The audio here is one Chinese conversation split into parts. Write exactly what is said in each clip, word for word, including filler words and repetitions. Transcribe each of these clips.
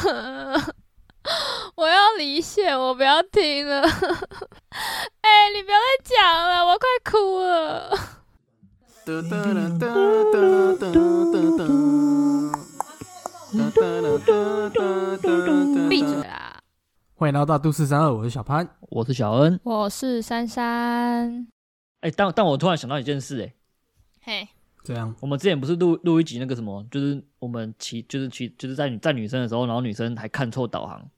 我要离线，我不要听了。哎、欸，你不要再讲了，我快哭了。闭嘴啦！ 欢迎来到都市三二，我是小潘， 我是小恩， 我是珊珊。 哎、欸，但但我突然想到一件事、欸， 哎，嘿， 这样， 我们之前不是录录一集那个什么，就是我们骑，就是骑，就是在在女生的时候，然后女生还看错导航。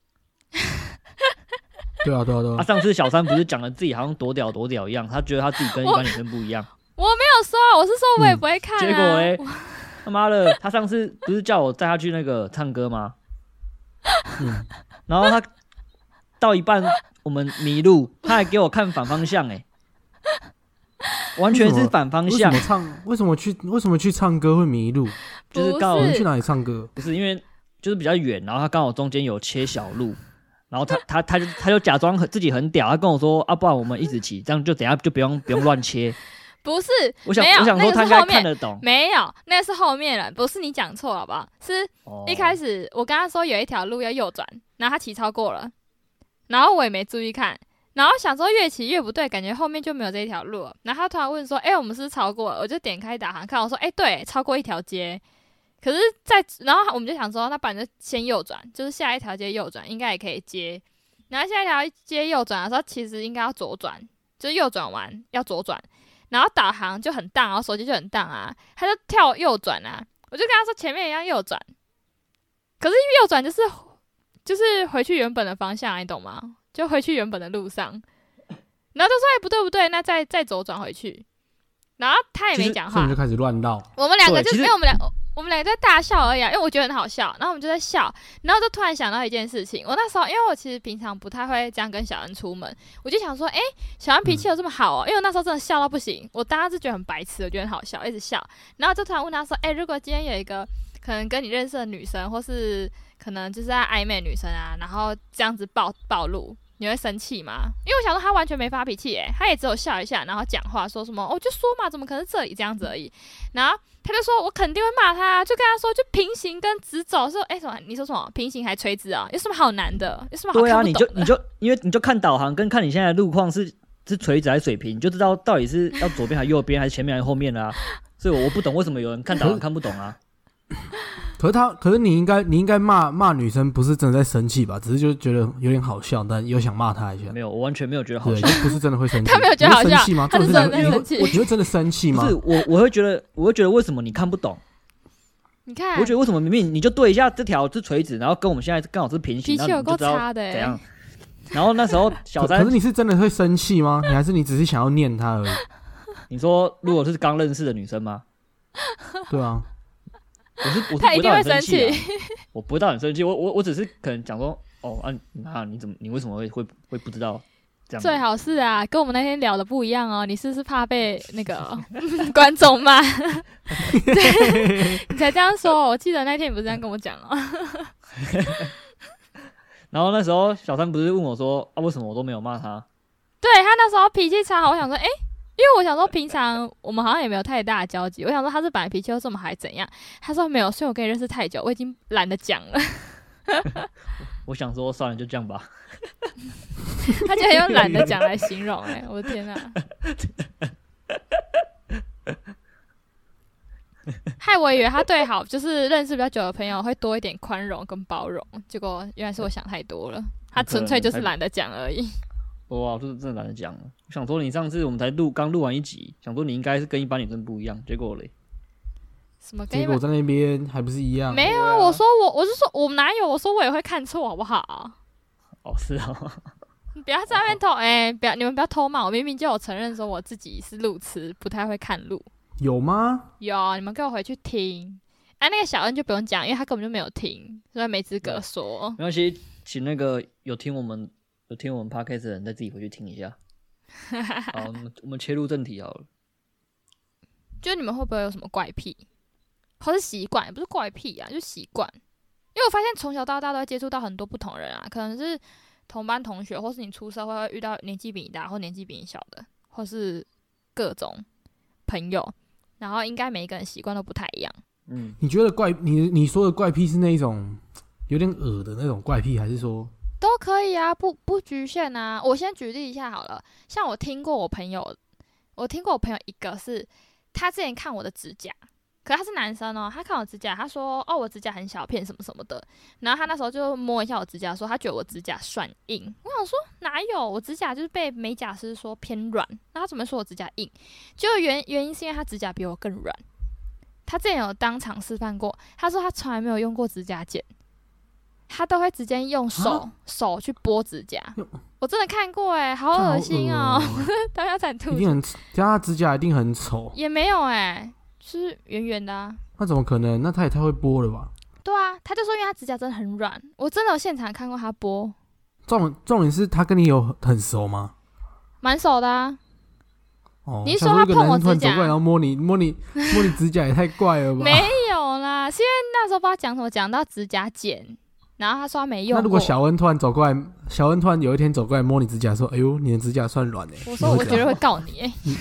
对啊，对啊，对啊。 啊，上次小三不是讲了自己好像多屌多屌一样，他觉得他自己跟一般女生不一样。 我, 我没有说，我是说我也不会看、啊嗯、结果嘞，他妈的，他上次不是叫我带他去那个唱歌吗？嗯，然后他到一半我们迷路，他还给我看反方向、欸，哎。完全是反方向。 为什么唱？为什么去？为什么去唱歌会迷路？ 就是刚好我们去哪里唱歌？ 不是因为就是比较远，然后他刚好中间有切小路，然后他他他就他就假装自己很屌，他跟我说啊，不然我们一直骑，这样就等一下就不用不用乱切。 不是， 我想没有我想说他应该看得懂。 没有，那是后面了，不是你讲错了，好不好？是一开始我跟他说有一条路要右转，然后他骑超过了，然后我也没注意看。然后想说越骑越不对，感觉后面就没有这一条路了。然后他突然问说：“哎、欸，我们是不是超过了？”我就点开导航看，我说：“哎、欸，对，超过一条街。”可是在，然后我们就想说，那不然就先右转，就是下一条街右转，应该也可以接。然后下一条街右转的时候，其实应该要左转，就是右转完要左转。然后导航就很荡，然后手机就很荡啊，他就跳右转啊。我就跟他说前面一样右转，可是右转就是就是回去原本的方向，你懂吗？就回去原本的路上，然后就说：“哎、欸，不对不对，那再再左转回去。”然后他也没讲话， 就开始乱绕。 我们两个就是因为我们俩，我们两个在大笑而已、啊，因为我觉得很好笑，然后我们就在笑，然后就突然想到一件事情。我那时候因为我其实平常不太会这样跟小恩出门，我就想说：“哎、欸，小恩脾气有这么好哦、喔？”因为我那时候真的笑到不行，我当时是觉得很白痴，我觉得很好笑，一直笑。然后就突然问他说：“哎、欸，如果今天有一个可能跟你认识的女生，或是可能就是在暧昧的女生啊，然后这样子暴暴露。”你会生气吗？因为我想说他完全没发脾气耶，他也只有笑一下，然后讲话说什么，我、哦、就说嘛，怎么可能是这里这样子而已。然后他就说我肯定会骂他，就跟他说就平行跟直走，说哎什么？你说什么平行还垂直啊？有什么好难的？有什么好看不懂的？ 对啊，你就你就因为你就看导航跟看你现在的路况是是垂直还是水平，你就知道到底是要左边还是右边还是前面还是后面啦、啊。所以我不懂为什么有人看导航看不懂啊。 可是他，可是你应该，你应该骂骂女生，不是真的在生气吧？只是就觉得有点好笑，但又想骂她一下。 没有，我完全没有觉得好笑， 对，不是真的会生气。 他没有觉得好笑， 生气吗？ 他是真的在生气。 你会真的生气吗？ 不是，我我会觉得，我会觉得为什么你看不懂？ 你看， 我会觉得为什么明明你就对一下这条是垂直，然后跟我们现在刚好是平行， 脾气有够差的、欸， 怎样？然后那时候小三， 可是你是真的会生气吗？你还是你只是想要念她而已？ 你说如果是刚认识的女生吗？ 对啊。 我是我是他一定会生气、 啊，我不会到很生气，我我我只是可能讲说，哦啊，啊你怎么你为什么会会会不知道这样？ 最好是啊，跟我们那天聊的不一样哦，你是不是怕被那个观众骂？你才这样说，我记得那天你不是这样跟我讲哦。 然后那时候小三不是问我说，啊为什么我都没有骂他？ 对他那时候脾气超好，我想说，哎、欸。因为我想说，平常我们好像也没有太大的交集。我想说，他是本来脾气就这么还怎样？他说没有，所以我跟你认识太久，我已经懒得讲了。 我想说，算了，就这样吧。 他竟然用懒得讲来形容、欸，哎，我的天哪、啊！害我以为他对好就是认识比较久的朋友会多一点宽容跟包容，结果原来是我想太多了。他纯粹就是懒得讲而已。 哇，这真的懒得讲了。我想说，你上次我们才录刚录完一集，想说你应该是跟一般女生不一样，结果嘞， 什么跟？ 结果在那边还不是一样？ 没有啊，我说我我是说我哪有？我说我也会看错，好不好？ 哦，是啊。 你不要在那边偷，哎、欸，不要你们不要偷骂我，明明就有承认说我自己是路痴，不太会看路。 有吗？ 有，你们给我回去听。哎、啊，那个小恩就不用讲，因为他根本就没有听，所以没资格说。 没关系，请那个有听我们。有听我们 podcast 的人再自己回去听一下。好，我们我们切入正题好了。 就你们会不会有什么怪癖，或是习惯？也不是怪癖啊，就习惯。因为我发现从小到大都会接触到很多不同人啊，可能是同班同学，或是你出社会会遇到年纪比你大或年纪比你小的，或是各种朋友，然后应该每一个人习惯都不太一样。 嗯， 你觉得怪你你说的怪癖是那一种有点恶的那种怪癖，还是说都可以啊，不不局限啊。我先举例一下好了，像我听过我朋友，我听过我朋友一个是，他之前看我的指甲，可是他是男生哦，他看我指甲，他说哦我指甲很小片什么什么的，然后他那时候就摸一下我指甲，说他觉得我指甲算硬。我想说哪有，我指甲就是被美甲师说偏软，那他怎么说我指甲硬？就原原因是因为他指甲比我更软。他之前有当场示范过，他说他从来没有用过指甲剪。他都会直接用手手去剥指甲，我真的看过哎、欸，好恶心哦、喔！当下才吐。 一定很，这样他指甲一定很丑。 也没有哎、欸，就是圆圆的啊。 那怎么可能？那他也太会剥了吧？ 对啊，他就说因为他指甲真的很软，我真的有现场看过他剥。 重重点是他跟你有很熟吗？ 蛮熟的啊。 哦， 你是说他碰我指甲， 走过来然后摸你摸你摸你指甲也太怪了吧？ 没有啦，是因为那时候不知道讲什么，讲到指甲剪。然后他说他没用过。 那如果小恩突然走过来，小恩突然有一天走过来摸你指甲，说：“哎呦，你的指甲算软哎、欸。” 我说：“我觉得会告你哎、欸。”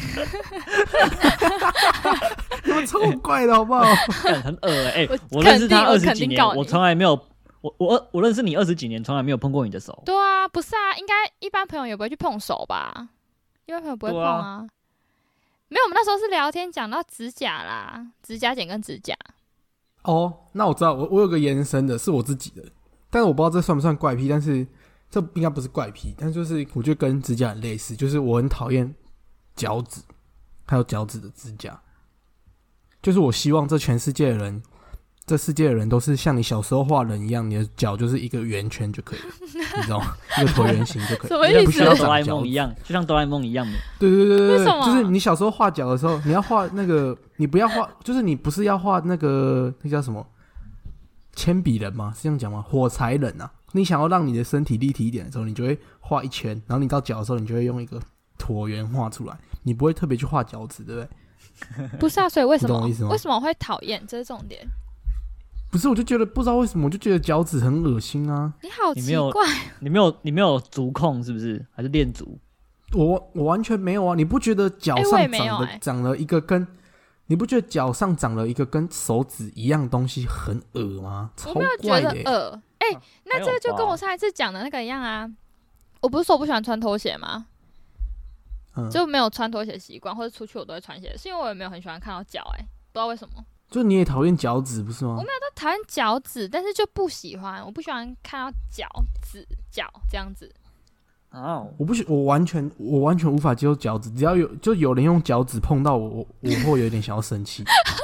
你们超怪的好不好？ 很恶哎、欸！我认识他二十几年，我从来没有我我我认识你二十几年，从来没有碰过你的手。 对啊，不是啊，应该一般朋友也不会去碰手吧？一般朋友不会碰啊。啊没有，我们那时候是聊天讲到指甲啦，指甲剪跟指甲。 哦，那我知道，我我有个延伸的是我自己的。但是我不知道这算不算怪癖，但是这应该不是怪癖，但就是我觉得跟指甲很类似，就是我很讨厌脚趾，还有脚趾的指甲。就是我希望这全世界的人，这世界的人都是像你小时候画人一样，你的脚就是一个圆圈就可以了，你知道吗？一个椭圆形就可以了， 什么意思？ 不需要哆啦 A 长脚梦一样，就像哆啦 A 梦一样的。 对对对对对， 为什么就是你小时候画脚的时候，你要画那个，你不要画，就是你不是要画那个那叫什么？铅笔人吗？是这样讲吗？火柴人啊！你想要让你的身体立体一点的时候，你就会画一圈，然后你到脚的时候，你就会用一个椭圆画出来，你不会特别去画脚趾，对不对？ 不是啊，所以为什么？ 你懂我意思吗？ 为什么我会讨厌？这是重点。 不是，我就觉得不知道为什么，我就觉得脚趾很恶心啊！ 你好奇怪， 你没有你没有足控是不是？还是练足？ 我我完全没有啊！你不觉得脚上长的、欸、长了一个跟？你不觉得脚上长了一个跟手指一样东西很恶吗？超怪的、欸！ 我没有觉得恶。哎、欸，那这就跟我上一次讲的那个一样啊。我不是说我不喜欢穿拖鞋吗？嗯、就没有穿拖鞋习惯，或者出去我都会穿鞋，是因为我也没有很喜欢看到脚，哎，不知道为什么。 就你也讨厌脚趾不是吗？ 我没有到讨厌脚趾，但是就不喜欢，我不喜欢看到脚趾脚这样子。 哦，我不喜，我完全我完全无法接受脚趾，只要有就有人用脚趾碰到我，我我会有点想要生气。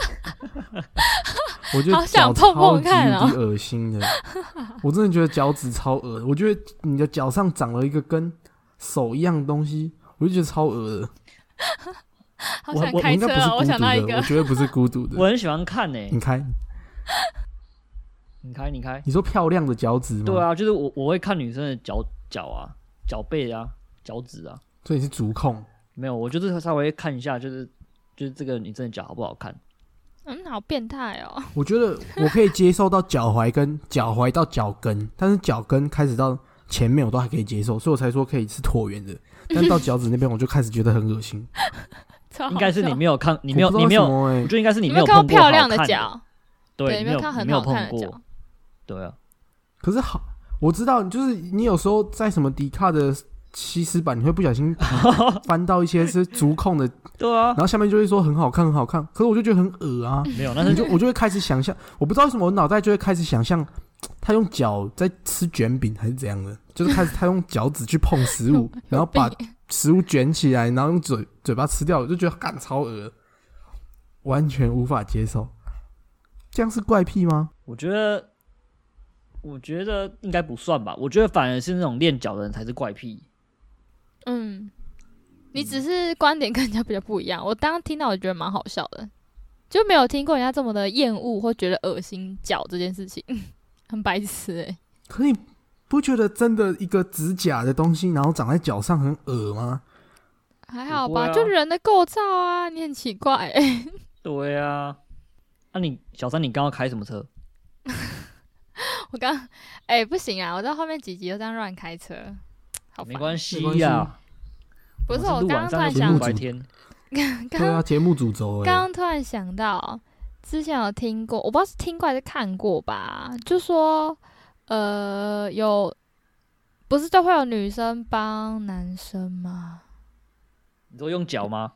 我觉得脚超级无敌恶心的，我真的觉得脚趾超恶。我觉得你的脚上长了一个跟手一样的东西，我就觉得超恶的。 好想开车哦！我想到一个， 我绝对不是孤独的。 我很喜欢看诶、欸， 你开， 你开，你开。 你说漂亮的脚趾吗？ 对啊，就是我我会看女生的脚脚啊、脚背啊、脚趾啊。 所以你是足控？ 没有，我就是稍微看一下，就是就是这个女生的脚好不好看。 嗯，好变态哦！ 我觉得我可以接受到脚踝跟脚踝到脚跟，但是脚跟开始到前面我都还可以接受，所以我才说可以是椭圆的。但到脚趾那边我就开始觉得很恶心。 应该是你没有看，你没有，你没有，我觉得应该是你没有看过漂亮的脚， 对， 你没有看很好看的脚， 对啊。 可是好，我知道，就是你有时候在什么迪卡的西施版，你会不小心翻到一些是足控的， 对啊， 然后下面就会说很好看，很好看，可是我就觉得很恶啊。 没有，那是就我就会开始想象，我不知道为什么我脑袋就会开始想象。他用脚在吃卷饼还是怎样的？就是开始他用脚趾去碰食物，然后把食物卷起来，然后用嘴嘴巴吃掉，我就觉得干超恶，完全无法接受。这样是怪癖吗？ 我觉得，我觉得应该不算吧。我觉得反而是那种练脚的人才是怪癖。 嗯，你只是观点跟人家比较不一样。我刚刚听到，我觉得蛮好笑的，就没有听过人家这么的厌恶或觉得恶心脚这件事情。很白痴哎、欸！ 可你不觉得真的一个指甲的东西，然后长在脚上很恶吗？ 还好吧，啊、就人的构造啊，你很奇怪哎、欸。 对啊，那、啊、你小三，你刚刚开什么车？ 我刚哎、欸、不行啊！我在后面几集都这样乱开车，好没关系呀。 不是我刚刚突然想， 白天对啊，节目主轴。 刚刚突然想到。之前有听过，我不知道是听过还是看过吧，就说呃，有不是都会有女生帮男生吗？ 你说用脚吗？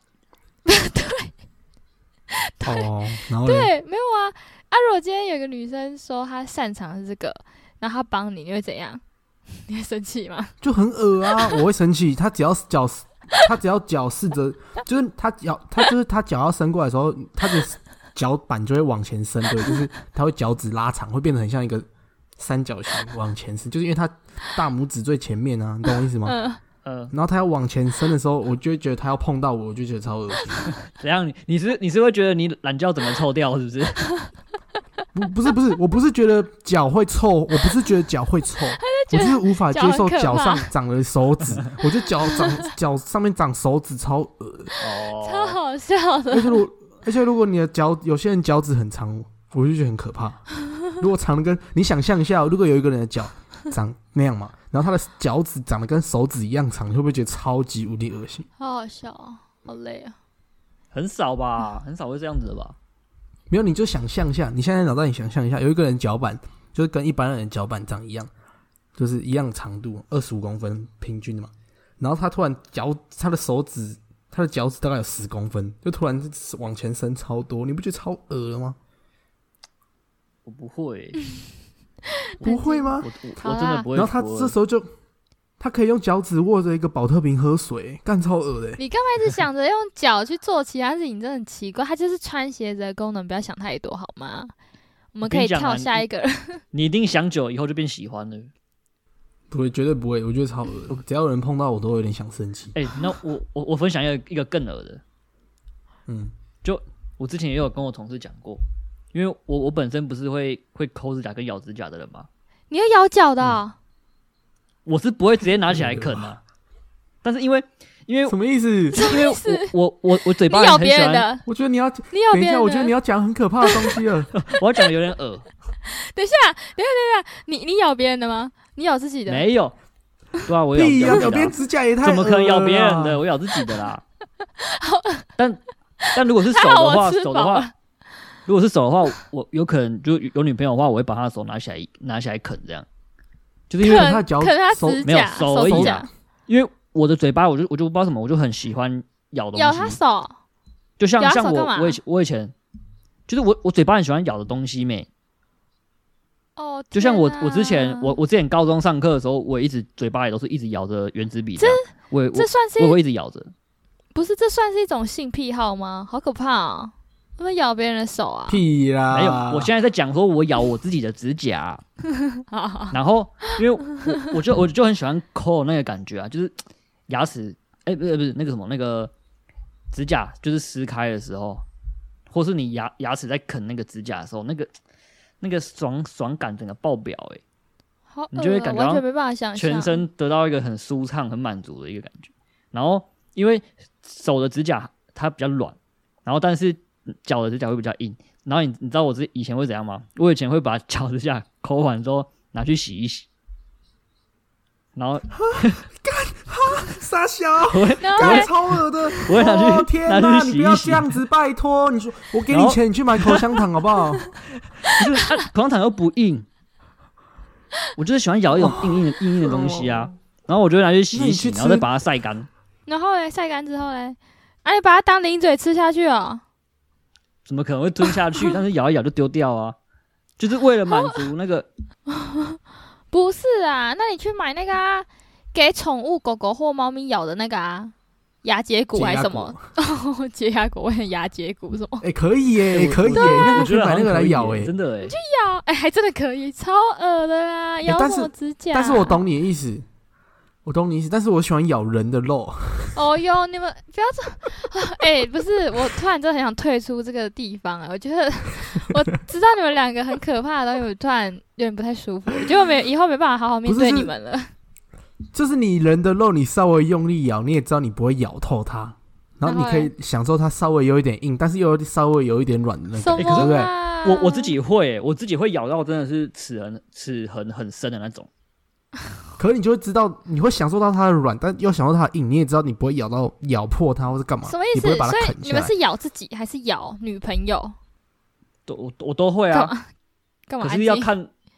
哦，然后对，没有啊。啊，如果今天有个女生说她擅长是这个，然后她帮你，你会怎样？你会生气吗？ 就很恶啊，我会生气。他只要脚，他只要脚试着，就是他脚，他就是他脚要伸过来的时候，他的脚板就会往前伸，对，就是他会脚趾拉长，会变得很像一个三角形往前伸，就是因为他大拇指最前面啊，你懂我意思吗？嗯。 嗯， 然后他要往前伸的时候，我就会觉得他要碰到我，我就觉得超恶心。 怎样？你你是你是会觉得你懒觉整个臭掉是不是？ 不不是不是，我不是觉得脚会臭，我不是觉得脚会臭，我就是无法接受脚上长了手指，我觉得脚长脚上面长手指超恶， 哦， 超好笑的。 而且如果而且如果你的脚，有些人脚趾很长，我就觉得很可怕。如果长的跟你想象一下，如果有一个人的脚长那样嘛，然后他的脚趾长得跟手指一样长，你会不会觉得超级无敌恶心？ 好好笑哦，好累啊。 很少吧，很少会这样子的吧？ 没有，你就想象一下，你现在脑袋里想象一下，有一个人脚板就是跟一般人的脚板长一样，就是一样长度，二十五公分平均的嘛。然后他突然脚，他的手指，他的脚趾大概有十公分，就突然往前伸超多，你不觉得超恶了吗？ 我不会、欸， 不会吗？ 我我我真的不会。 然后他这时候就，他可以用脚趾握着一个保特瓶喝水，干超恶的、欸。 你干嘛一直想着用脚去做其他事情？真的很奇怪。它就是穿鞋子的功能，不要想太多好吗？我们可以跳下一个人。 你一定想久以后就变喜欢了。 不会，绝对不会。我觉得超恶，只要有人碰到我，都有点想生气。 哎、欸，那我我我分享一个一个更恶的。嗯，就我之前也有跟我同事讲过，因为我我本身不是会会抠指甲跟咬指甲的人嘛。 你会咬脚的、哦嗯？ 我是不会直接拿起来啃啊，但是因为因为什么意思？ 因为我我我我嘴巴很喜欢， 你咬别人的，我觉得你要你咬别人的， 等一下，我觉得你要讲很可怕的东西了。 我要讲的有点恶。 等一下，等一下，等一下，你你咬别人的吗？你咬自己的？ 没有。对啊，我咬屁咬咬别人指甲也太恶了， 怎么可能咬别人的？我咬自己的啦。但但如果是手的话，手的话，如果是手的话，我有可能就有女朋友的话，我会把她的手拿起来拿起来啃，这样。就是因为他脚啃他指甲， 没有手而已啊。因为我的嘴巴，我就我就不知道什么，我就很喜欢咬东西。 咬他手， 就像像我我以前我以前，就是我我嘴巴很喜欢咬的东西咩。 哦， 就像我我之前我我之前高中上课的时候，我一直嘴巴也都是一直咬着原子笔的。我我这算是我会一直咬着。 不是，这算是一种性癖好吗？好可怕哦！怎么咬别人的手啊？ 屁啦！ 没有，我现在在讲说我咬我自己的指甲，然后因为我我就我就很喜欢抠那个感觉啊，就是牙齿哎、欸、不是不是那个什么那个指甲就是撕开的时候，或是你牙牙齿在啃那个指甲的时候，那个那个爽爽感整个爆表哎、欸， 好恶， 你就会感觉完全没办法想象， 全身得到一个很舒畅、很满足的一个感觉。然后因为手的指甲它比较软，然后但是脚的指甲会比较硬。然后你你知道我以前会怎样吗？我以前会把脚指甲抠完之后拿去洗一洗，然后干哈傻小， 干超恶的， 我会拿去、 哦、天哪， 拿去洗一洗， 你不要这样子，拜托！你说我给你钱，你去买口香糖好不好？ 不是，啊、口香糖又不硬，我就是喜欢咬一种硬硬的、硬硬的东西啊。然后我就会拿去洗一洗，然后再把它晒干。 然后嘞，晒干之后嘞，啊，你把它当零嘴吃下去哦？ 怎么可能会吞下去？但是咬一咬就丢掉啊，就是为了满足那个。 不是啊，那你去买那个啊，给宠物狗狗或猫咪咬的那个啊，牙结骨还是什么？解牙骨，我很牙结骨什么？ 哎、欸，可以耶、欸，可以耶、欸，那就去买那个来咬哎、欸， 真的哎、欸， 你去咬，哎、欸，还真的可以，超恶的啦，咬什么指甲、欸？ 但是我懂你的意思。我懂你意思，但是我喜欢咬人的肉。 哦哟，你们不要这，哎、欸，不是，我突然真的很想退出这个地方啊！我觉得我知道你们两个很可怕的东西，我突然有点不太舒服，结果没以后没办法好好面对你们了。 就是你人的肉，你稍微用力咬，你也知道你不会咬透它，然后你可以享受它稍微有一点硬，但是又稍微有一点软的那种， 欸、 对不对？ 我我自己会、欸，我自己会咬到真的是齿痕齿痕很深的那种。 可是你就会知道，你会享受到它的软，但又享受它的硬，你也知道你不会咬到咬破它或是干嘛。 什么意思？ 你不会把它啃下来。 所以你们是咬自己还是咬女朋友？ 都我我都会啊。 干嘛？ 可是要看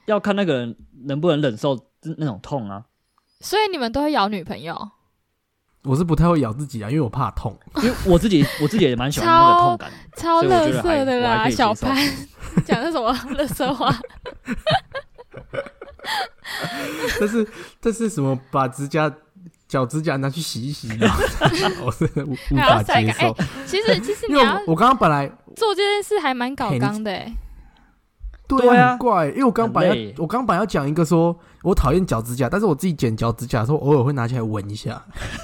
要看那个人能不能忍受那种痛啊。 所以你们都会咬女朋友？ 我是不太会咬自己啊，因为我怕痛。 因为我自己我自己也蛮喜欢那个痛感， 超垃圾的啦， 我还小潘讲的什么垃圾话？ 这是这是什么？把指甲脚指甲拿去洗一洗，我真的无无法接受。 欸、其实其实你因为要我刚刚本来做这件事还蛮搞刚的哎、欸。 对啊，很怪、欸，因为我刚本来要我刚本来要讲一个说，我讨厌脚指甲，但是我自己剪脚指甲的时候，偶尔会拿起来闻一下。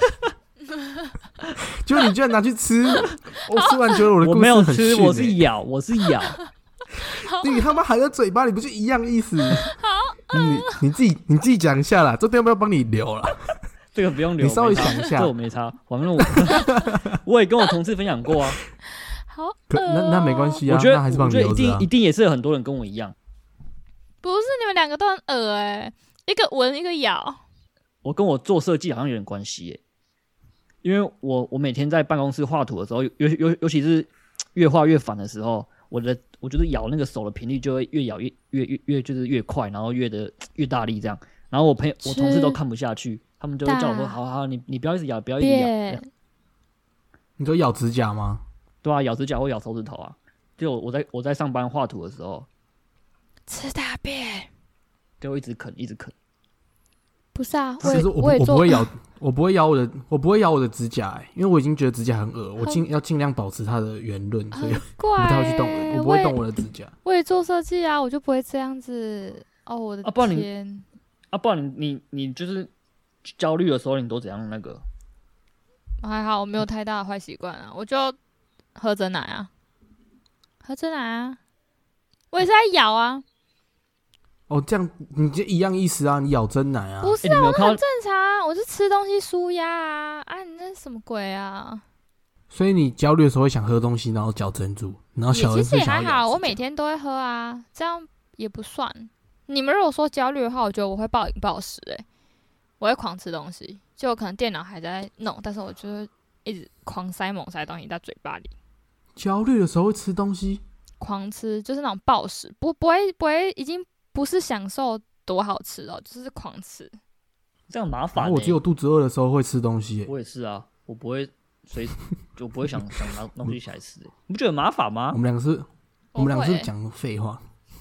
结果你居然拿去吃，我突然觉得我的故事很逊、欸、 我没有吃，我是咬，我是咬。 你他妈含在嘴巴里，不就一样意思？ 好， 你你自己你自己讲一下啦，这边要不要帮你留啦？ 这个不用留， 你稍微想一下， 这我没差。反正我我也跟我同事分享过啊。 好、呃， 那那没关系啊， 我觉得那还是帮你留着、啊、 我觉得一定一定也是有很多人跟我一样。 不是你们两个都很恶哎、欸，一个闻一个咬。 我跟我做设计好像有点关系耶、欸，因为我我每天在办公室画图的时候，尤尤尤其是越画越烦的时候，我的我就是咬那个手的频率就会越咬越越越越就是越快，然后越的越大力这样。然后我朋友我同事都看不下去，他们就会叫我说：“好好，你你不要一直咬，不要一直咬。” 你说咬指甲吗？ 对啊，咬指甲或咬手指头啊。就我在我在上班画图的时候， 吃大便， 就一直啃一直啃。 不是啊， 其实我我, 我不会咬，我不会咬我的，我不会咬我的指甲、欸，因为我已经觉得指甲很恶，我尽要尽量保持它的圆润，所以我不太会去动我，我不会动我的指甲。 我也做设计啊，我就不会这样子。哦，我的天！啊， 不然你，啊、不然你你你就是焦虑的时候，你都怎样那个？ 还好，我没有太大的坏习惯啊，我就喝真奶啊，喝真奶啊，我也是在咬啊。 哦，这样你就一样意思啊，你咬真奶啊？ 不是啊，欸、我很正常啊，我是吃东西舒压啊，啊，你那是什么鬼啊？ 所以你焦虑的时候会想喝东西，然后嚼珍珠，然后小人其实也还好，我每天都会喝啊，这样也不算。你们如果说焦虑的话，我觉得我会暴饮暴食、欸，哎，我会狂吃东西，就我可能电脑还在弄，但是我就会一直狂塞猛塞东西在嘴巴里。 焦虑的时候会吃东西， 狂吃就是那种暴食，不不会不会已经。不是享受多好吃哦，就是狂吃， 这样麻烦、欸。 我只有肚子饿的时候会吃东西、欸。 我也是啊，我不会随，我不会想想拿东西起来吃、欸。你不觉得很麻烦吗？ 我们两个是，我们两个是讲废话。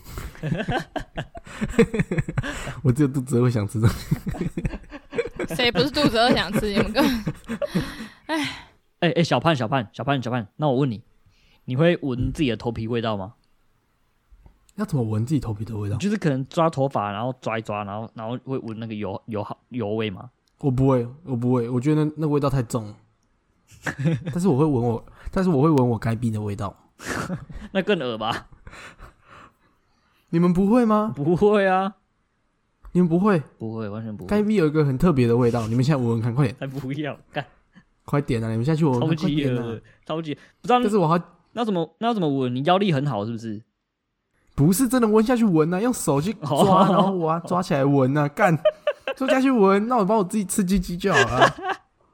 我只有肚子饿会想吃东西。 谁不是肚子饿想吃？你们个， 哎哎哎，小潘小潘小潘小潘，那我问你，你会闻自己的头皮味道吗？ 要怎么闻自己头皮的味道？ 就是可能抓头发，然后抓一抓，然后然后会闻那个油油油味吗？ 我不会，我不会，我觉得那那味道太重了。但是我会闻我，但是我会闻我该逼的味道。 那更恶吧？ 你们不会吗？ 不会啊， 你们不会？ 不会，完全不会。 该逼有一个很特别的味道，你们现在闻闻看，快点！ 才不要干！ 快点啊！你们现在去闻闻看， 超级恶，超级不知道。 但是我还那怎么那怎么闻？你腰力很好是不是？ 不是真的闻下去闻啊，用手去抓，哦、然后我、啊、抓起来闻啊，干，抓下去闻，那我帮我自己吃鸡鸡就好了、啊。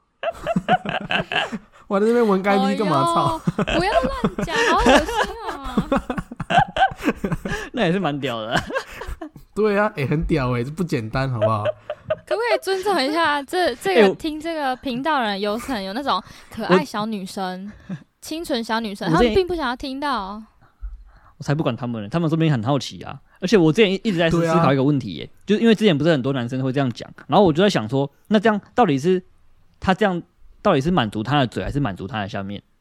我在这边闻该逼干嘛？操、哦！ 不要乱讲，好恶心啊！ 那也是蛮屌的。 对啊，哎、欸，很屌哎、欸，这不简单，好不好？ 可不可以尊重一下这这个、欸、听这个频道人有可能有那种可爱小女生、清纯小女生，他们并不想要听到。 我才不管他们，他们说不定很好奇啊。而且我之前一直在思考一个问题耶、啊，就是因为之前不是很多男生会这样讲，然后我就在想说，那这样到底是他这样到底是满足他的嘴，还是满足他的下面？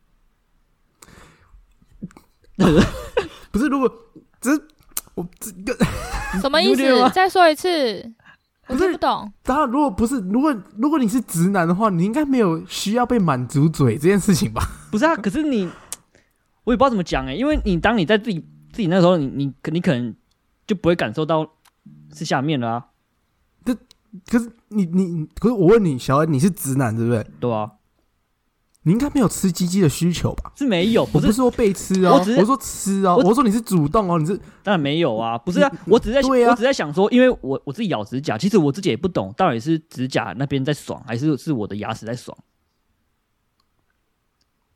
不是，如果只是我这个什么意思？再说一次，我听不懂。 当然，如果不是，如果如果你是直男的话，你应该没有需要被满足嘴这件事情吧？ 不是啊，可是你。我也不知道怎么讲哎、欸，因为你当你在自己自己那时候你，你你你可能就不会感受到是下面了啊。 这可是你你可是我问你，小恩，你是直男对不对？ 对啊， 你应该没有吃鸡鸡的需求吧？ 是没有，不是我不是说被吃哦，我, 我说吃哦，我, 我说你是主动哦，你是当然没有啊，不是啊，我只是在、啊、我只是在想说，因为我我自己咬指甲，其实我自己也不懂到底是指甲那边在爽，还是是我的牙齿在爽。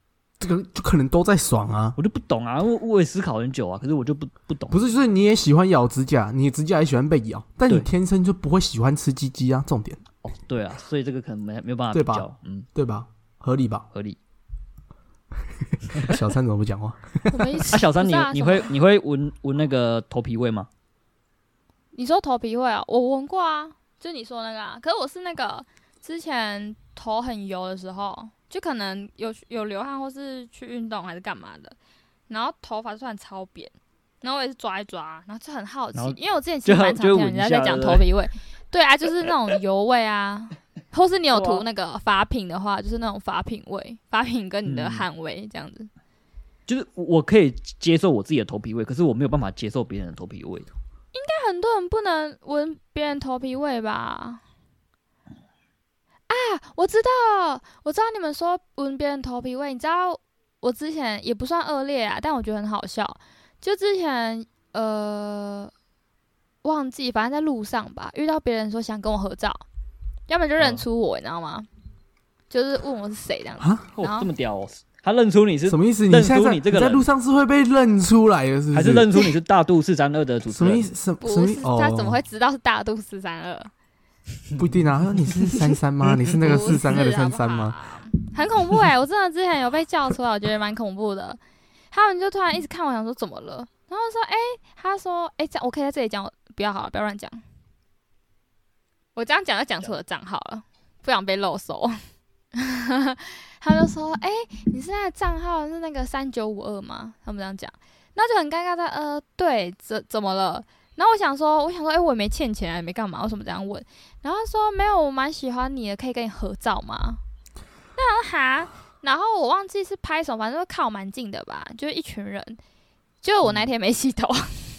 这个就可能都在爽啊。 我就不懂啊，我我也思考很久啊，可是我就不不懂。 不是，就是你也喜欢咬指甲，你的指甲也喜欢被咬，但你天生就不会喜欢吃鸡鸡啊，重点。 哦，对啊，所以这个可能没没有办法比较， 对吧？ 嗯， 对吧？合理吧？ 合理。 啊、小三怎么不讲话？ 什么意思？ 啊，小三你， 啊、 你会你会闻闻那个头皮味吗？ 你说头皮味啊？我闻过啊，就你说那个啊。可是我是那个之前头很油的时候，就可能有有流汗或是去运动还是干嘛的，然后头发突然超扁，然后我也是抓一抓，然后就很好奇，因为我之前其实蛮常听人家在讲头皮味。对啊，就是那种油味啊，或是你有涂那个发品的话，就是那种发品味，发品跟你的汗味这样子。 就是我可以接受我自己的头皮味，可是我没有办法接受别人的头皮味。应该很多人不能闻别人头皮味吧？啊，我知道，我知道你们说闻别人头皮味，你知道我之前也不算恶劣啊，但我觉得很好笑。就之前呃。忘记，反正在路上吧，遇到别人说想跟我合照，要不然就认出我，嗯、你知道吗？就是问我是谁这样子。 啊，哦，这么屌哦！他认出你是什么意思？ 认出你这个人， 你在路上是会被认出来的，是不是？ 还是认出你是大肚四三二的主持人？ 什么意思？什不是，他怎么会知道是大肚四三二？ 不一定啊，你是三三吗？你是那个四三二的三三吗？ 很恐怖哎、欸！我真的之前有被叫出来，我觉得蛮恐怖的。他们就突然一直看我，想说怎么了？然后说，哎、欸，他说，哎、欸，这样我可以在这里讲，不要好了，不要乱讲。我这样讲就讲出我的账号了，不想被漏收。他就说，哎、欸，你是那个账号是那个三九五二吗？他们这样讲，那就很尴尬的，呃，对，怎怎么了？然后我想说，我想说，哎、欸，我也没欠钱啊，也没干嘛，为什么这样问？然后他说，没有，我蛮喜欢你的，可以跟你合照吗？那哈，然后我忘记是拍什么，反正就靠蛮近的吧，就是一群人。就我那天没洗头，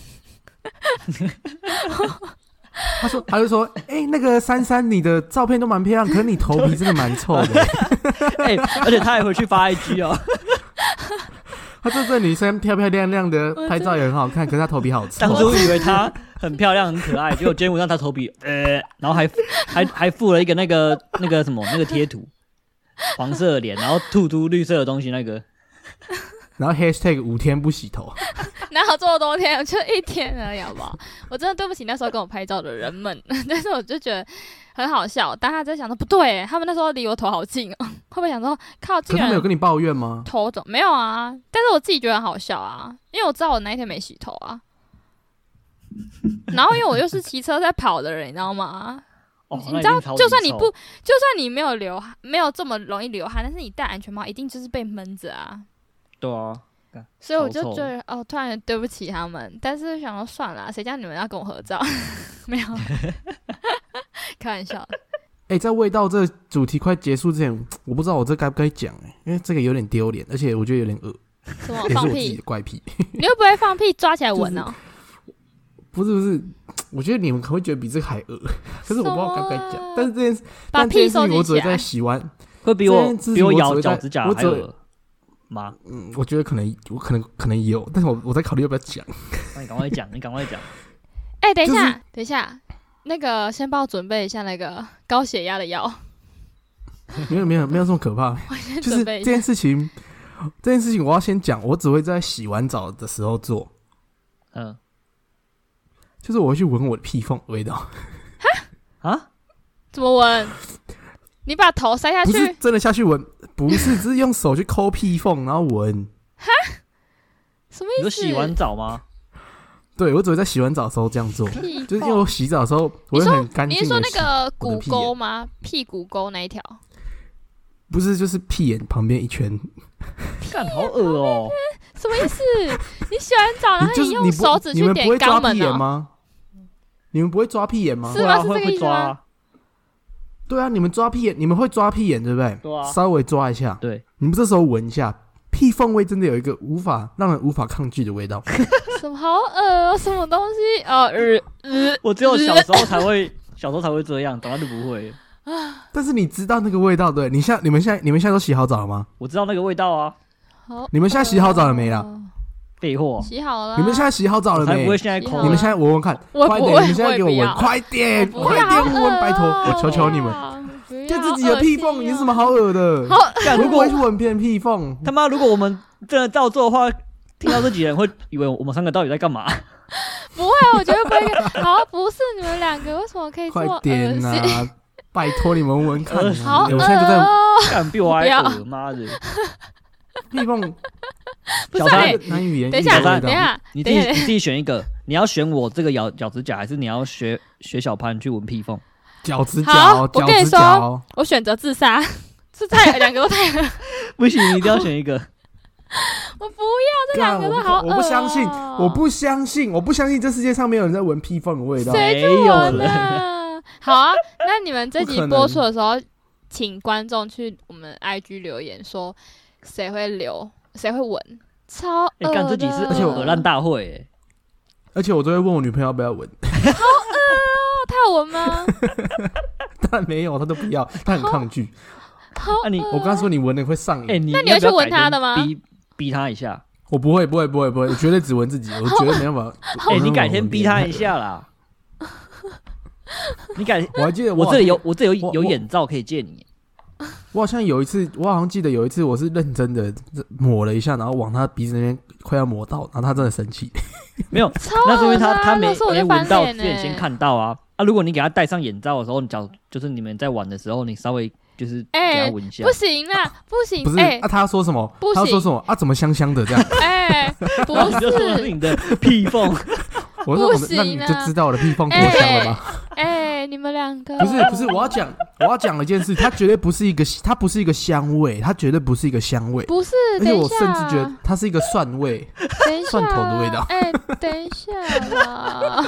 他说，他就说，哎、欸，那个珊珊，你的照片都蛮漂亮，可是你头皮真的蛮臭的。 哎、欸，而且他还回去发 I G 哦。 他说这女生漂漂亮亮的，拍照也很好看，可是她头皮好臭。 当初以为她很漂亮、很可爱，结果今天闻到她头皮，呃，然后还还还附了一个那个那个什么那个贴图，黄色的脸，然后吐出绿色的东西那个。 然后 hashtag 五天不洗头， 哪有这么多天？就一天而已，好不好？我真的对不起那时候跟我拍照的人们，但是我就觉得很好笑。当他在想说不对，他们那时候离我头好近哦，会不会想说靠近？可他们有跟你抱怨吗？ 头肿没有啊？但是我自己觉得很好笑啊，因为我知道我那一天没洗头啊。然后因为我又是骑车在跑的人，你知道吗？ 哦、 你知道，就算你不，就算你没有流汗，没有这么容易流汗，但是你戴安全帽，一定就是被闷着啊。 对啊， 所以我就觉得哦，突然对不起他们，但是想说算了，谁叫你们要跟我合照？没有，开玩笑。 哎、欸，在味道这个主题快结束之前，我不知道我这该不该讲哎，因为这个有点丢脸，而且我觉得有点恶。 什么放屁？ 也是我自己的怪癖。 你会不会放屁抓起来闻哦？ 不是不是，我觉得你们可能会觉得比这个还恶，可是我不知道该不该讲。但是这件事， 把屁收我只会在洗完， 会比我比我咬脚趾甲还恶吗？ 嗯，我觉得可能，我可能可能有，但是我我在考虑要不要讲。 那你赶快讲，你赶快讲。 哎、欸，等一下， 就是、 等一下，那个先帮我准备一下那个高血压的药。 没有没有没有这么可怕，就是这件事情，这件事情我要先讲，我只会在洗完澡的时候做。 嗯， 就是我会去闻我的屁缝味道。 哈？啊？ 怎么闻？你把头塞下去？ 不是真的下去闻，不是，只是用手去抠屁缝，然后闻。 哈？什么意思？ 你说洗完澡吗？ 对，我只会在洗完澡的时候这样做，就是因为我洗澡的时候我会很干净。 你是说那个骨沟吗？屁股沟那一条？ 不是，就是屁眼旁边一圈。 干，好恶哦、喔！ 什么意思？你洗完澡，然后你用手指去点肛门哦、 喔？你们不会抓屁眼吗？ 是吗？是这个意思吗？ 对啊，你们抓屁眼，你们会抓屁眼对不对？ 对啊， 稍微抓一下。 对， 你们这时候闻一下，屁缝味真的有一个无法让人无法抗拒的味道。 什么好恶哦，什么东西？哦，呃呃， 我只有小时候才会，小时候才会这样，长大就不会。 但是你知道那个味道对？你现在你们现在你们现在都洗好澡了吗？ 我知道那个味道啊。 好， 你们现在洗好澡了没啦？ 废话， 洗好了。 你们现在洗好澡了没？ 才不会现在抠。 你们现在闻闻看，快点！你们现在给我闻，快点，快点闻，拜托，我求求你们。 就自己的屁缝，你有什么好恶的？ 好， 如果会去闻别人屁缝， 他妈，如果我们真的照做的话，听到这几人会以为我们三个到底在干嘛？ 不会，我觉得不会。好，不是你们两个为什么可以这么快点恶啊！ 心？ 拜托你们闻闻看啊。 好恶我现在就在哦！ 干比我还不要恶，妈的！ 屁缝，小不是哎三难语言等一下， 喻的味道等一下， 你自己等一下你自己选一个，你要选我这个咬脚趾甲，还是你要学学小潘去闻屁缝？ 脚趾好脚，脚趾我跟你说脚， 我选择自杀，这太两个都太恶， 不行，你一定要选一个。 我不要，这两个都好恶、哦、 我不相信，我不相信，我不相信这世界上没有人在闻屁缝的味道。 谁去闻呢？好啊，那你们这集播出的时候，请观众去我们 I G 留言说谁会留，谁会闻，超恶的。 干、欸、这集是而且我恶烂大会哎， 而且我都会问我女朋友要不要闻。 好恶哦，她有闻吗？ 当然没有，她都不要，她很抗拒。 好恶、 啊、你我刚刚说你闻了会上瘾， 哎、欸，你那你会去闻她的吗？ 逼逼她一下。 我不会，不会，不会，不会，我绝对只闻自己，我绝对没办法。 哎、欸，你改天逼她一下啦。你改， 我还记得我我这里有，我这里有有眼罩可以借你。 我好像有一次，我好像记得有一次，我是认真的抹了一下，然后往他鼻子那边快要抹到，然后他真的生气。 没有，那是因为他他没没闻到， 之前先看到啊啊！如果你给他戴上眼罩的时候，你脚就是你们在玩的时候，你稍微就是给他闻一下。 欸、不行啦，不行， 不是、 欸、 啊，他要说什么？ 不行， 他要说什么啊？怎么香香的这样？ 哎、欸，不是， 你就说是你的屁缝。 我说我那你就知道我的屁缝多香了吗？ 哎、欸，你们两个不是不是，我要讲我要讲一件事，它绝对不是一个，它不是一个香味，它绝对不是一个香味， 不是， 而且我甚至觉得它是一个蒜味， 等一下， 蒜头的味道。 哎、欸，等一下啦，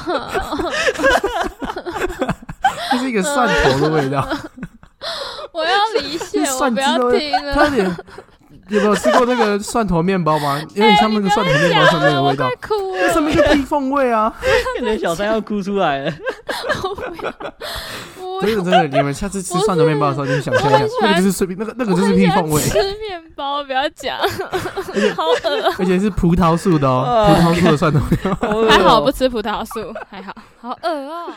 它是一个蒜头的味道。 我要离线，我不要听了。 它有点。有没有吃过那个蒜头面包吗？有点像那个蒜头面包上面的味道，那上面是屁缝味啊！ 感觉小三要哭出来了。 真的真的，你们下次吃蒜头面包的时候，你想象一下，那个就是那个那个就是屁缝味。 吃面包不要讲，好恶， 而且是葡萄树的哦，葡萄树的蒜头面包。 还好不吃葡萄树，还好，好恶哦。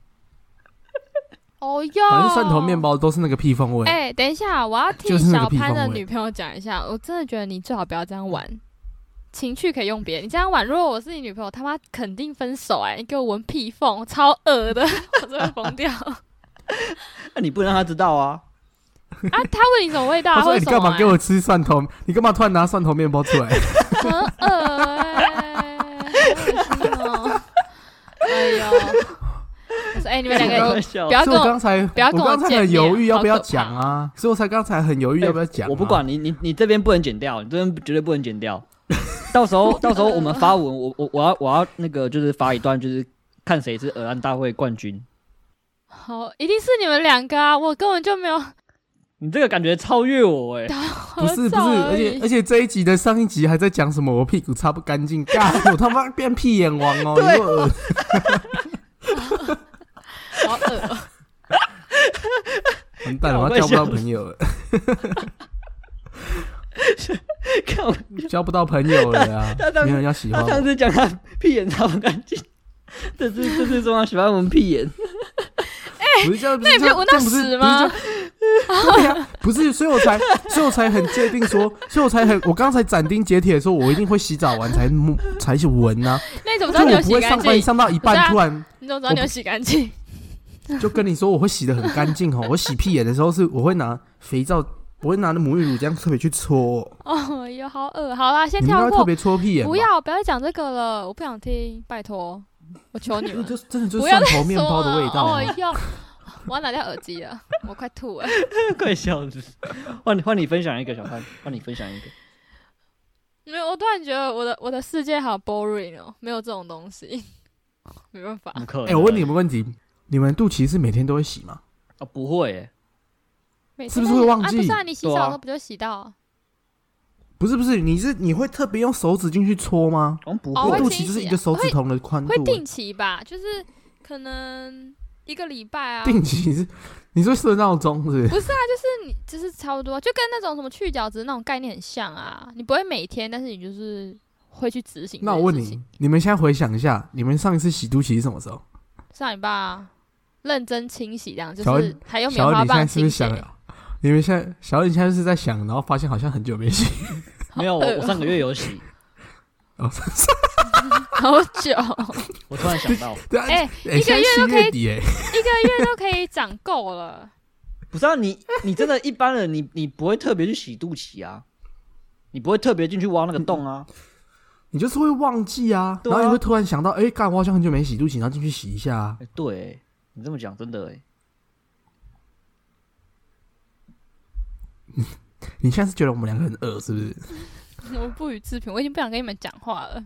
哦哟， 反正蒜头面包都是那个屁缝味。 哎、欸，等一下，我要替小潘的女朋友讲一下，我真的觉得你最好不要这样玩，情趣可以用别的，你这样玩，如果我是你女朋友，他妈肯定分手哎、欸！你给我闻屁缝，超恶的，我真的疯掉。 那你不能让他知道啊！ 啊，他问你什么味道？ 他说、 欸、 你干嘛给我吃蒜头？你干嘛突然拿蒜头面包出来？ 很恶哎、欸，好恶心哦！哎呦。哎、欸，你们两个不要跟我， 刚才不要跟我刚才很犹豫要不要讲啊， 啊，所以我才刚才很犹豫要不要讲、啊欸。 我不管你，你你这边不能剪掉，你这边绝对不能剪掉。到时候到时候我们发文，我我我要我要那个就是发一段，就是看谁是鹅蛋大会冠军。 好，一定是你们两个啊！我根本就没有。 你这个感觉超越我哎、 欸！不是不是，而且而且这一集的上一集还在讲什么我屁股擦不干净，干我他妈变屁眼王哦！ 对。 好恶哦！ 完蛋了，我交不到朋友了。交不到朋友了呀！没有人要喜欢我。 他上次讲他屁眼擦不干净，这次这次说他喜欢我们屁眼。 哎、欸，那你不是闻到屎吗？ 对呀，不是，所以我才，所以我才很界定说，所以我才很，我刚才斩钉截铁说，我一定会洗澡完才才去闻啊。 那你怎么知道你有洗干净？ 我不会上班上到一半突然， 你怎么知道你有洗干净？ 就跟你说，我会洗得很干净哦。我洗屁眼的时候是，我会拿肥皂，我会拿那沐浴乳这样特别去搓。 哦哟，好恶！好啦，先跳过。 你们要特别搓屁眼？ 不要，不要再讲这个了，我不想听，拜托，我求你们。 就真的就是蒜头面包的味道。 哦哟。我要拿掉耳机了，我快吐了， 快笑死！换你换你分享一个小潘，换你分享一个。 没有，我突然觉得我的我的世界好 boring 哦，没有这种东西，没办法。 哎、 欸，我问你们问题，你们肚脐是每天都会洗吗？ 啊，不会哎、 欸， 是不是会忘记？ 啊、不是啊，你洗澡的时候不就洗到、啊？ 不是不是，你是你会特别用手指进去搓吗？ 哦，不会， 肚脐就是一个手指头的宽度， 会定期吧，就是可能。一个礼拜啊， 定期是你说设闹钟是不是？ 不是啊，就是你就是差不多，就跟那种什么去角质那种概念很像啊。你不会每天，但是你就是会去执行。 那我问你，你们现在回想一下，你们上一次洗肚脐是什么时候？ 上礼拜啊。 认真清洗这样，就小是还用棉小花棒恩你现在是不是清洗。 想，你们现在小恩你现在是在想，然后发现好像很久没洗， 没有，我我上个月有洗， 哦， 好久， 我突然想到， 对啊， 哎、 哎一个月都可以现在七月底哎， 一个月都可以长够了。 不是啊，你你真的一般人你你不会特别去洗肚脐啊，你不会特别进去挖那个洞啊， 你就是会忘记啊， 对啊然后你会突然想到，哎，干我好像很久没洗肚脐，然后进去洗一下啊。 欸、对、欸，你这么讲真的哎、欸， 你现在是觉得我们两个很恶是不是？ 我不予置评，我已经不想跟你们讲话了。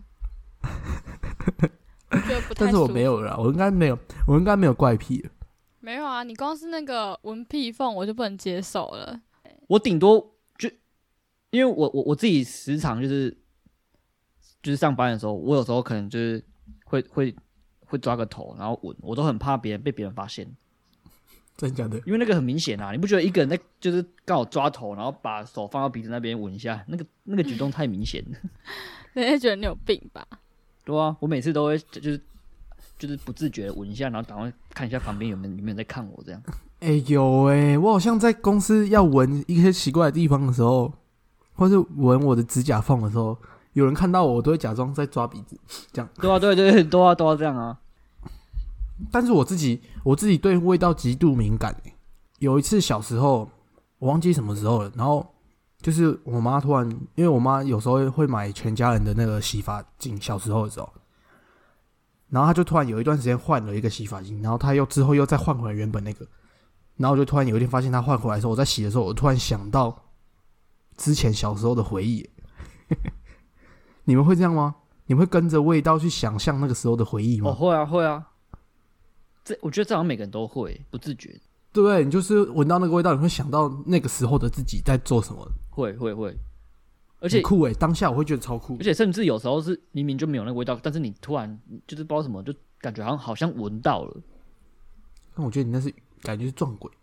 我觉得不太但是我舒服没有了啦，我应该没有，我应该没有怪癖了。 没有啊，你光是那个闻屁缝我就不能接受了。 我顶多就因为我我我自己时常就是就是上班的时候，我有时候可能就是会会会抓个头，然后闻，我都很怕别人被别人发现， 真的假的？ 因为那个很明显啊，你不觉得一个人在就是刚好抓头，然后把手放到鼻子那边闻一下，那个那个举动太明显了， 人家觉得你有病吧？ 对啊，我每次都会就是就是不自觉的闻一下，然后赶快看一下旁边有没有有没有人在看我这样。 哎、欸、有哎、欸，我好像在公司要闻一些奇怪的地方的时候，或是闻我的指甲缝的时候，有人看到我，我都会假装在抓鼻子，这样。 对啊，对对对，都要都要这样啊。 但是我自己我自己对味道极度敏感、欸。有一次小时候，我忘记什么时候了，然后就是我妈突然，因为我妈有时候会买全家人的那个洗发精，小时候的时候，然后她就突然有一段时间换了一个洗发精，然后她又之后又再换回来原本那个。然后我就突然有一天发现他换回来的时候，我在洗的时候，我突然想到之前小时候的回忆。你们会这样吗？你们会跟着味道去想象那个时候的回忆吗？ 哦，会啊，会啊。这我觉得这好像每个人都会，不自觉。 对不对？你就是闻到那个味道，你会想到那个时候的自己在做什么。 会会会，而且很酷诶，当下我会觉得超酷。 而且甚至有时候是明明就没有那个味道，但是你突然就是不知道什么，就感觉好像好像闻到了。 但我觉得你那是感觉是撞鬼。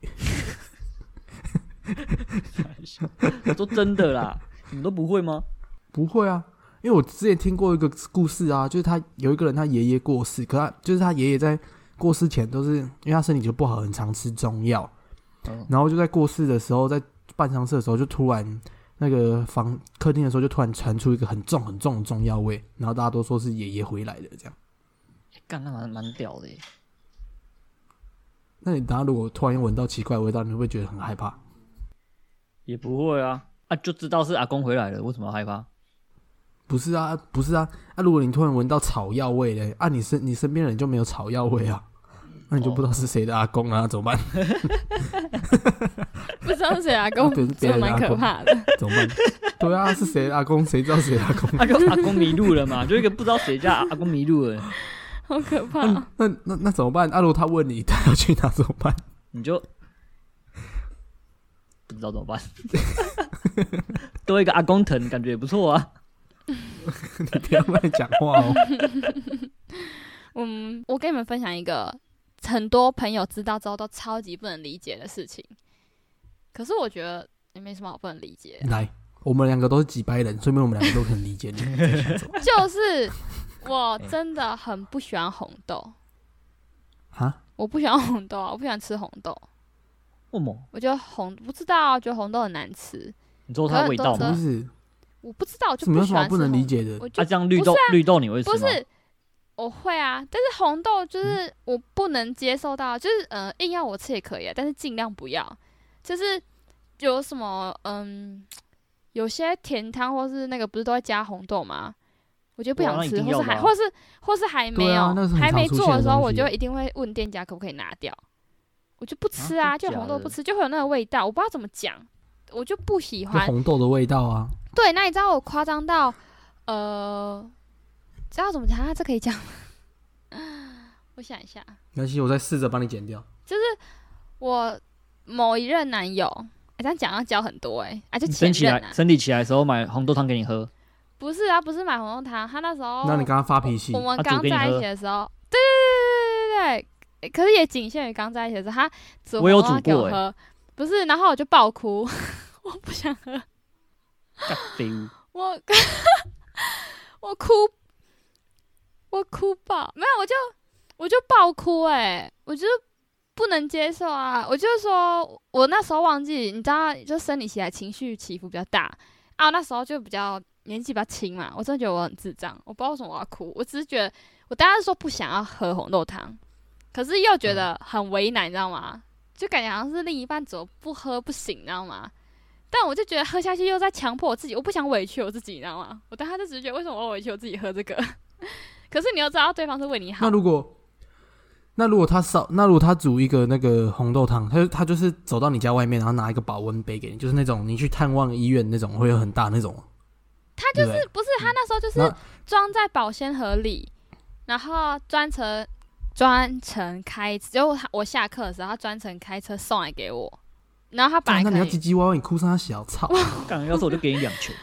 我说真的啦，你们都不会吗？ 不会啊，因为我之前听过一个故事啊，就是他有一个人他爷爷过世，可他就是他爷爷在过世前都是因为他身体就不好，很常吃中药， 嗯、 然后就在过世的时候，在办丧事的时候，就突然那个房客厅的时候，就突然传出一个很重很重的中药味，然后大家都说是爷爷回来的这样。 干、欸，那蛮蛮屌的耶。 那你等下如果突然闻到奇怪的味道，你会不会觉得很害怕？ 也不会啊，啊就知道是阿公回来了，为什么要害怕？ 不是啊，不是啊，啊如果你突然闻到草药味嘞，啊你身你身边人就没有草药味啊，那你就不知道是谁的阿公啊，怎么办？ 不知道是谁阿公， 对，是别人的蛮阿公， 可怕的。 怎么办？对啊，是谁的阿公？谁知道谁的阿公？ 啊，就阿公迷路了嘛，就一个不知道谁家阿公迷路了， 好可怕、 那那那那怎么办？啊如果他问你他要去哪怎么办？ 你就不知道怎么办。多一个阿公疼，感觉也不错啊。 你不要乱讲话哦。 嗯，我跟你们分享一个很多朋友知道之后都超级不能理解的事情，可是我觉得也没什么好不能理解的。 来，我们两个都是几百人，说明我们两个都可能理解你。 就是我真的很不喜欢红豆啊！ 我不喜欢红豆啊，我不喜欢吃红豆。 为什么？ 我觉得红不知道啊，觉得红豆很难吃。 你知道它的味道吗？ 不是， 我不知道，我就什么有什么不不喜欢吃红豆。 能理解的？ 我就啊，这样绿豆、 不是啊、 绿豆你会吃吗？ 不是，我会啊，但是红豆就是我不能接受到，就是呃硬要我吃也可以啊，但是尽量不要。就是有什么嗯，有些甜汤或是那个不是都会加红豆吗？我就不想吃，或是还或是或是还没有、 啊、 还没做的时候，我就会一定会问店家可不可以拿掉。我就不吃啊， 啊就红豆不吃，就会有那个味道，我不知道怎么讲，我就不喜欢红豆的味道啊。 对，那你知道我夸张到呃，知道怎么讲？啊、这可以讲吗？我想一下， 没关系，我再试着帮你剪掉。 就是我某一任男友，哎、欸，这样讲要教很多哎、欸，啊，就前生起任啊， 来生理起来的时候买红豆汤给你喝， 不是啊，不是买红豆汤，他那时候， 那你跟他发脾气， 我们刚在一起的时候，对对对对对，可是也仅限于刚在一起的时候，他煮红豆汤给我喝，欸、不是，然后我就爆哭，我不想喝， 干废物， 我我哭，我哭爆，没有，我就我就爆哭哎、欸，我就不能接受啊！我就是说我那时候忘记，你知道，就生理期来情绪起伏比较大啊，我那时候就比较年纪比较轻嘛，我真的觉得我很智障，我不知道为什么我要哭，我只是觉得我当时说不想要喝红豆汤，可是又觉得很为难，你知道吗？就感觉好像是另一半怎么不喝不行，你知道吗？但我就觉得喝下去又在强迫我自己，我不想委屈我自己，你知道吗？我当时就只是觉得为什么我要委屈我自己喝这个？可是你又知道对方是为你好。 那如果那如果他烧，那如果他煮一个那个红豆汤，他就他就是走到你家外面，然后拿一个保温杯给你，就是那种你去探望医院那种会有很大那种。 他就是对对不是他那时候就是装在保鲜盒里，然后专程专程开，就我下课的时候，他专程开车送来给我，然后他本来可以， 那你要唧唧歪歪，你哭啥小操？ 干，要是我就给你两拳。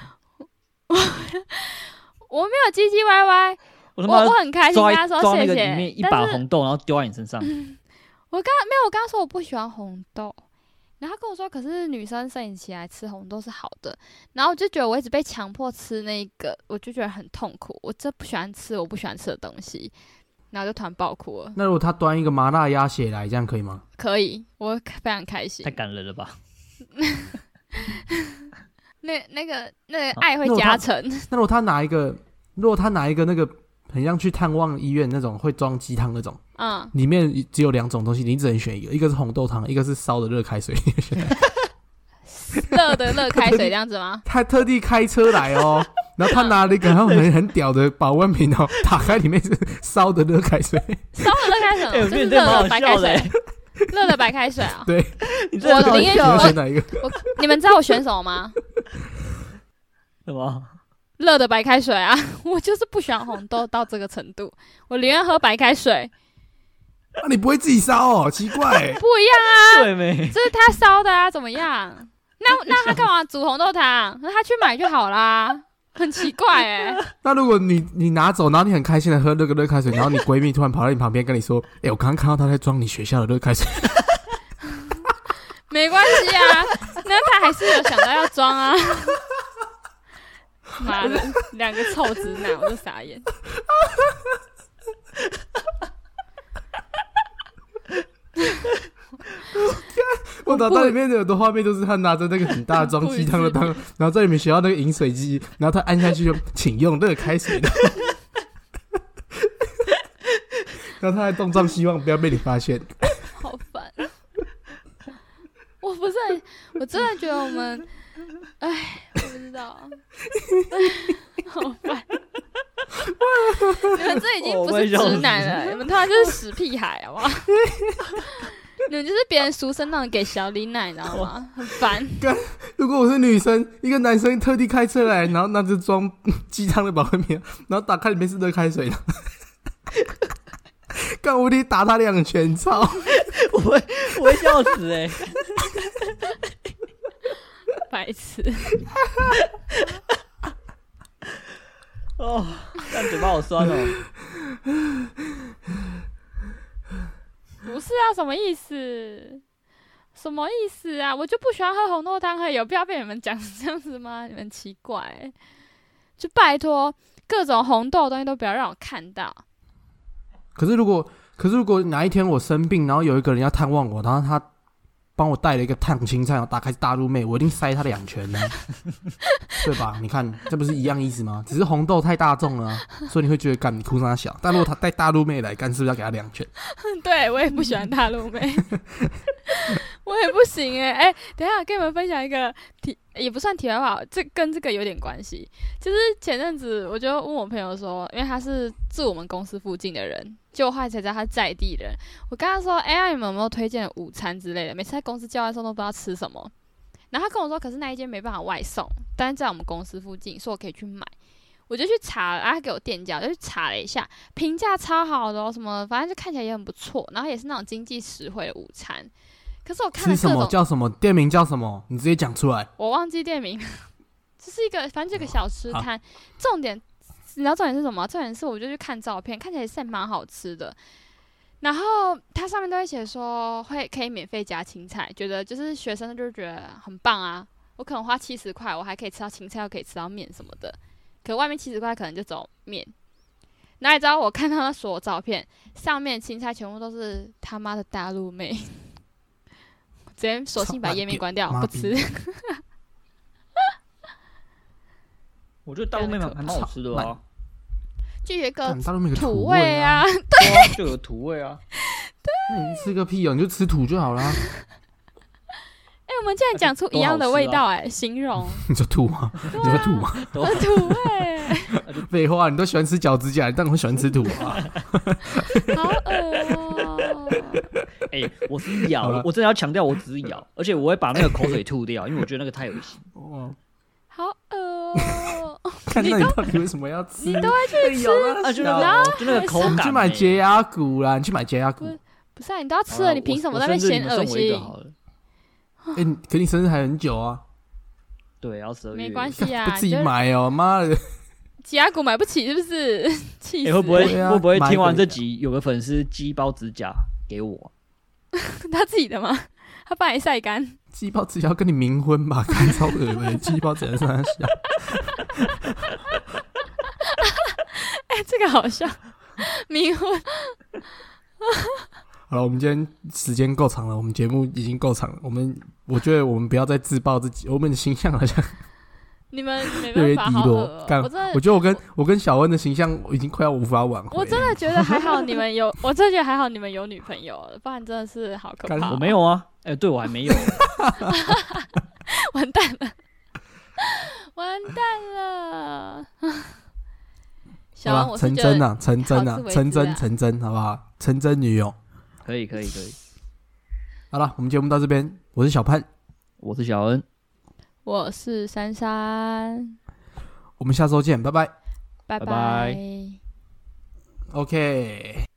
我没有唧唧歪歪。我, 我很开心跟他说谢谢， 里面一把红豆，然后丢在你身上。 嗯、我刚没有，我刚刚说我不喜欢红豆，然后他跟我说，可是女生生理期来吃红豆是好的，然后我就觉得我一直被强迫吃那个，我就觉得很痛苦，我这不喜欢吃我不喜欢吃的东西，然后就突然爆哭了。 那如果他端一个麻辣鸭血来，这样可以吗？ 可以，我非常开心。 太感人了吧？ 那那个那个爱会加成。 那, 那如果他拿一个，如果他拿一个那个。很像去探望医院那种会装鸡汤那种，嗯，里面只有两种东西，你只能选一个，一个是红豆汤，一个是烧的热开水。 热的热开水这样子吗？ 他特地开车来哦，然后他拿了一个很很很屌的保温瓶哦，打开里面是烧的热开水， 烧的热开水，欸、就是热的白开水，热的白开水啊。 对， 我宁愿选哪一个？ 我你们知道我选什么吗？ 什么？ 热的白开水啊！我就是不喜欢红豆到这个程度，我宁愿喝白开水。 那、啊、你不会自己烧哦？奇怪、欸， 不一样啊！ 对没？ 这是他烧的啊，怎么样？那那他干嘛煮红豆汤？那他去买就好啦，很奇怪哎、欸。 那如果你你拿走，然后你很开心的喝那个热开水，然后你闺蜜突然跑到你旁边跟你说：“哎、欸，我刚刚看到他在装你学校的热开水。” 没关系啊，那他还是有想到要装啊。妈的，两个臭直男，我就傻眼。 我脑袋里面有的画面都是他拿着那个很大装鸡汤的汤，然后在里面学到那个饮水机，然后他按下去就请用热开水的。然后他还动作希望不要被你发现。 好烦！我不是很，我真的觉得我们。哎，我不知道，好烦！你们这已经不是直男了，你们他妈就是死屁孩，好不好？你们就是别人俗称那种给小李奶，你知道吗？很烦。 如果我是女生，一个男生特地开车来，然后拿着装鸡汤的保温瓶，然后打开里面是热开水的，干我得打他两拳，操！ 我会我会笑死哎、欸！ 白痴！ 哦，但嘴巴好酸哦。 不是啊，什么意思？什么意思啊？我就不喜欢喝红豆汤，有必要被你们讲这样子吗？你们奇怪、欸，就拜托各种红豆的东西都不要让我看到。 可是如果，可是如果哪一天我生病，然后有一个人要探望我，然后他帮我带了一个烫青菜，然后打开大陆妹，我一定塞他两拳呢，对吧？你看这不是一样意思吗？只是红豆太大众了、啊，所以你会觉得干你哭啥小。但如果他带大陆妹来干，是不是要给他两拳？ 对，我也不喜欢大陆妹，我也不行哎、欸、哎、欸，等一下跟你们分享一个题，也不算题外话，这跟这个有点关系。就是前阵子我就问我朋友说，因为他是住我们公司附近的人，结果后来才知道他是在地人。我跟他说，哎、欸，你们有没有推荐的午餐之类的？每次在公司叫外送都不知道吃什么。然后他跟我说，可是那一间没办法外送，但是在我们公司附近，所以我可以去买。我就去查了，然后他给我店家，我就去查了一下，评价超好的哦，什么反正就看起来也很不错，然后也是那种经济实惠的午餐。可是我看了吃什么叫什么店名叫什么，你直接讲出来。 我忘记店名，这是一个反正这个小吃摊。重点你知道重点是什么？重点是我就去看照片，看起来是蛮好吃的。然后它上面都会写说会可以免费加青菜，觉得就是学生就是觉得很棒啊。我可能花七十块，我还可以吃到青菜，又可以吃到面什么的。可外面七十块可能就走面。 然后你知道我看到他所有照片，上面青菜全部都是他妈的大陆妹，直接索性把页面关掉，不吃。 我觉得大陆妹还蛮好吃的啊， 就有一个大陆妹有土味啊， 对啊，就有土味啊。 那你吃个屁哦，你就吃土就好啦。 哎、欸，我们竟然讲出一样的味道、欸，哎、啊，形容你说土吗？你说土吗？ 土味。 废话，你都喜欢吃脚趾甲，你当然会喜欢吃土啊。 好恶哦！ 哎、欸，我只是咬，我真的要强调，我只是咬，而且我会把那个口水吐掉，因为我觉得那个太恶心。 哦， 好恶哦！ 看那你到底为什么要吃？ 你都会去吃啊？就那个，就那个口感、欸。 你去买洁牙骨啦，你去买洁牙骨。 不是啊，你都要吃了，你凭什么在那边嫌恶心？ 哎、欸，可你生日还很久啊。 对，要十二月。 没关系啊， 不自己买哦，妈的！ 洁牙骨买不起是不是？气死、 欸！会不会、 啊、 会不会听完这集有个粉丝寄一包指甲给我？ 他自己的吗？他帮你晒干？ 寄一包指甲要跟你冥婚吧？干超恶的，寄一包指甲上下。 哎、欸，这个好笑，冥婚。 好了，我们今天时间够长了，我们节目已经够长了。我们我觉得我们不要再自爆自己，我们的形象好像你们没办法好恶、喔。 干，我真的，我觉得我跟我跟小恩的形象已经快要无法挽回了。 我真的觉得还好你们有，我真的觉得还好你们有女朋友了，不然真的是好可怕、喔。 我没有啊，哎、欸，对我还没有。 完蛋了，完蛋了。小恩，我是成真啊，成真啊，成真， 啊成真，好不好？成真女友。 可以可以可以， 好了，我们节目到这边，我是小潘， 我是小恩， 我是珊珊， 我们下周见，拜拜， 拜拜拜 ，OK。